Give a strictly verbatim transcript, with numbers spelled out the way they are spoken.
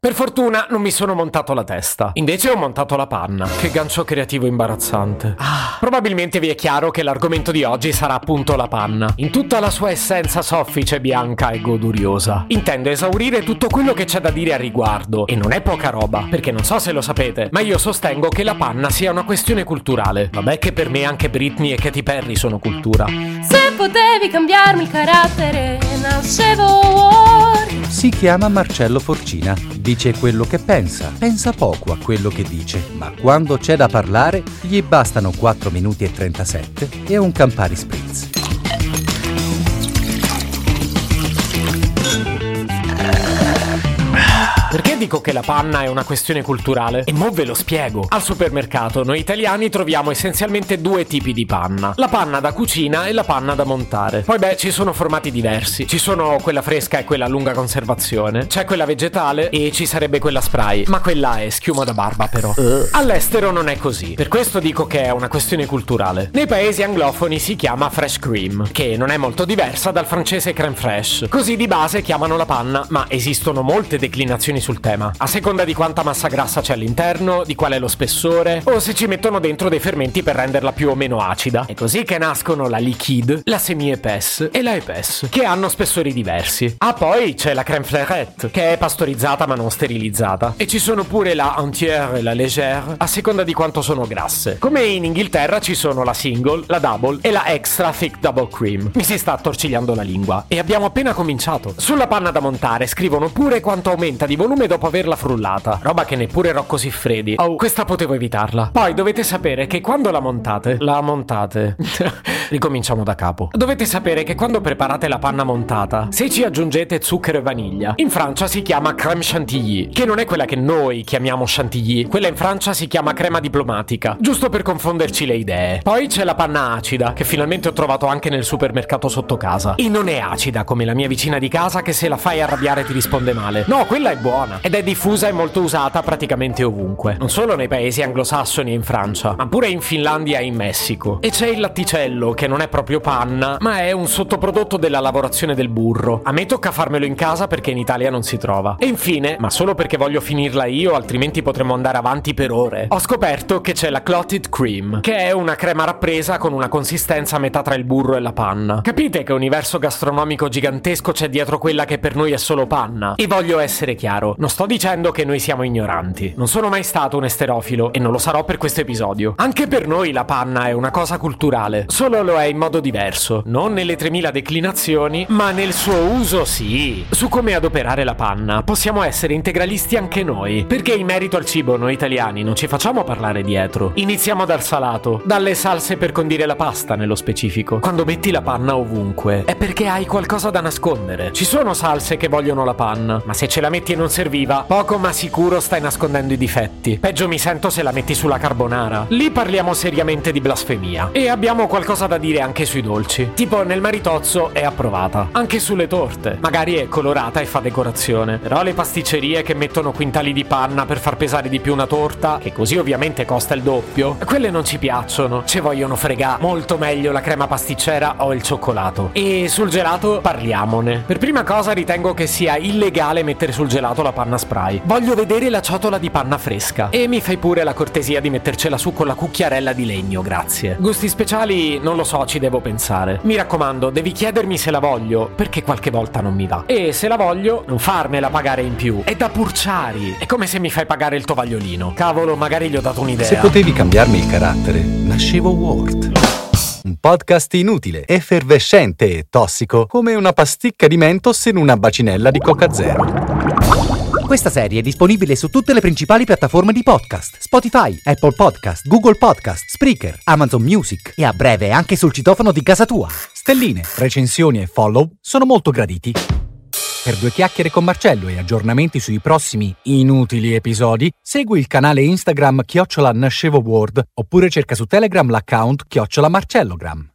Per fortuna non mi sono montato la testa, invece ho montato la panna. Che gancio creativo imbarazzante. Ah, probabilmente vi è chiaro che l'argomento di oggi sarà appunto la panna, in tutta la sua essenza soffice, bianca e goduriosa. Intendo esaurire tutto quello che c'è da dire a riguardo, e non è poca roba, perché non so se lo sapete, ma io sostengo che la panna sia una questione culturale. Vabbè che per me anche Britney e Katy Perry sono cultura. Se potevi cambiarmi il carattere, nascevo. Si chiama Marcello Forcina. Dice quello che pensa, pensa poco a quello che dice, ma quando c'è da parlare gli bastano quattro minuti e trentasette e un Campari Spritz. Perché dico che la panna è una questione culturale? E mo ve lo spiego. Al supermercato noi italiani troviamo essenzialmente due tipi di panna: la panna da cucina e la panna da montare. Poi beh, ci sono formati diversi. Ci sono quella fresca e quella a lunga conservazione, c'è quella vegetale e ci sarebbe quella spray, ma quella è schiuma da barba però. uh. All'estero non è così, per questo dico che è una questione culturale. Nei paesi anglofoni si chiama fresh cream, che non è molto diversa dal francese crème fraîche. Così di base chiamano la panna, ma esistono molte declinazioni sul tema, a seconda di quanta massa grassa c'è all'interno, di qual è lo spessore, o se ci mettono dentro dei fermenti per renderla più o meno acida. È così che nascono la liquide, la semi-épaisse e la épaisse, che hanno spessori diversi. Ah, poi c'è la crème fleurette, che è pastorizzata ma non sterilizzata, e ci sono pure la entière e la légère, a seconda di quanto sono grasse. Come in Inghilterra ci sono la single, la double e la extra thick double cream. Mi si sta attorcigliando la lingua, e abbiamo appena cominciato. Sulla panna da montare scrivono pure quanto aumenta di volume dopo averla frullata, roba che neppure Rocco Siffredi. Oh, questa potevo evitarla. Poi dovete sapere che quando la montate La montate ricominciamo da capo. Dovete sapere che quando preparate la panna montata, se ci aggiungete zucchero e vaniglia, in Francia si chiama crème chantilly, che non è quella che noi chiamiamo chantilly. Quella in Francia si chiama crema diplomatica, giusto per confonderci le idee. Poi c'è la panna acida, che finalmente ho trovato anche nel supermercato sotto casa, e non è acida come la mia vicina di casa che se la fai arrabbiare ti risponde male. No, quella è buona ed è diffusa e molto usata praticamente ovunque, non solo nei paesi anglosassoni e in Francia, ma pure in Finlandia e in Messico. E c'è il latticello, che non è proprio panna, ma è un sottoprodotto della lavorazione del burro. A me tocca farmelo in casa perché in Italia non si trova. E infine, ma solo perché voglio finirla io, altrimenti potremmo andare avanti per ore, ho scoperto che c'è la clotted cream, che è una crema rappresa con una consistenza a metà tra il burro e la panna. Capite che universo gastronomico gigantesco c'è dietro quella che per noi è solo panna? E voglio essere chiaro, non sto dicendo che noi siamo ignoranti. Non sono mai stato un esterofilo e non lo sarò per questo episodio. Anche per noi la panna è una cosa culturale, solo lo è in modo diverso, non nelle tremila declinazioni, ma nel suo uso sì. Su come adoperare la panna possiamo essere integralisti anche noi, perché in merito al cibo noi italiani non ci facciamo parlare dietro. Iniziamo dal salato, dalle salse per condire la pasta nello specifico. Quando metti la panna ovunque è perché hai qualcosa da nascondere. Ci sono salse che vogliono la panna, ma se ce la metti e non serviva, poco ma sicuro stai nascondendo i difetti. Peggio mi sento se la metti sulla carbonara. Lì parliamo seriamente di blasfemia. E abbiamo qualcosa da dire anche sui dolci. Tipo nel maritozzo è approvata. Anche sulle torte. Magari è colorata e fa decorazione. Però le pasticcerie che mettono quintali di panna per far pesare di più una torta, che così ovviamente costa il doppio, quelle non ci piacciono. Ci vogliono fregà molto meglio la crema pasticcera o il cioccolato. E sul gelato parliamone. Per prima cosa ritengo che sia illegale mettere sul gelato la panna spray. Voglio vedere la ciotola di panna fresca. E mi fai pure la cortesia di mettercela su con la cucchiarella di legno, grazie. Gusti speciali non lo so, ci devo pensare. Mi raccomando, devi chiedermi se la voglio, perché qualche volta non mi va. E se la voglio, non farmela pagare in più. È da purciari. È come se mi fai pagare il tovagliolino. Cavolo, magari gli ho dato un'idea. Se potevi cambiarmi il carattere, nascevo Word. Un podcast inutile, effervescente e tossico, come una pasticca di Mentos in una bacinella di Coca Zero. Questa serie è disponibile su tutte le principali piattaforme di podcast: Spotify, Apple Podcast, Google Podcast, Spreaker, Amazon Music e a breve anche sul citofono di casa tua. Stelline, recensioni e follow sono molto graditi. Per due chiacchiere con Marcello e aggiornamenti sui prossimi inutili episodi, segui il canale Instagram chiocciola Nascevo Word oppure cerca su Telegram l'account chiocciola Marcellogram.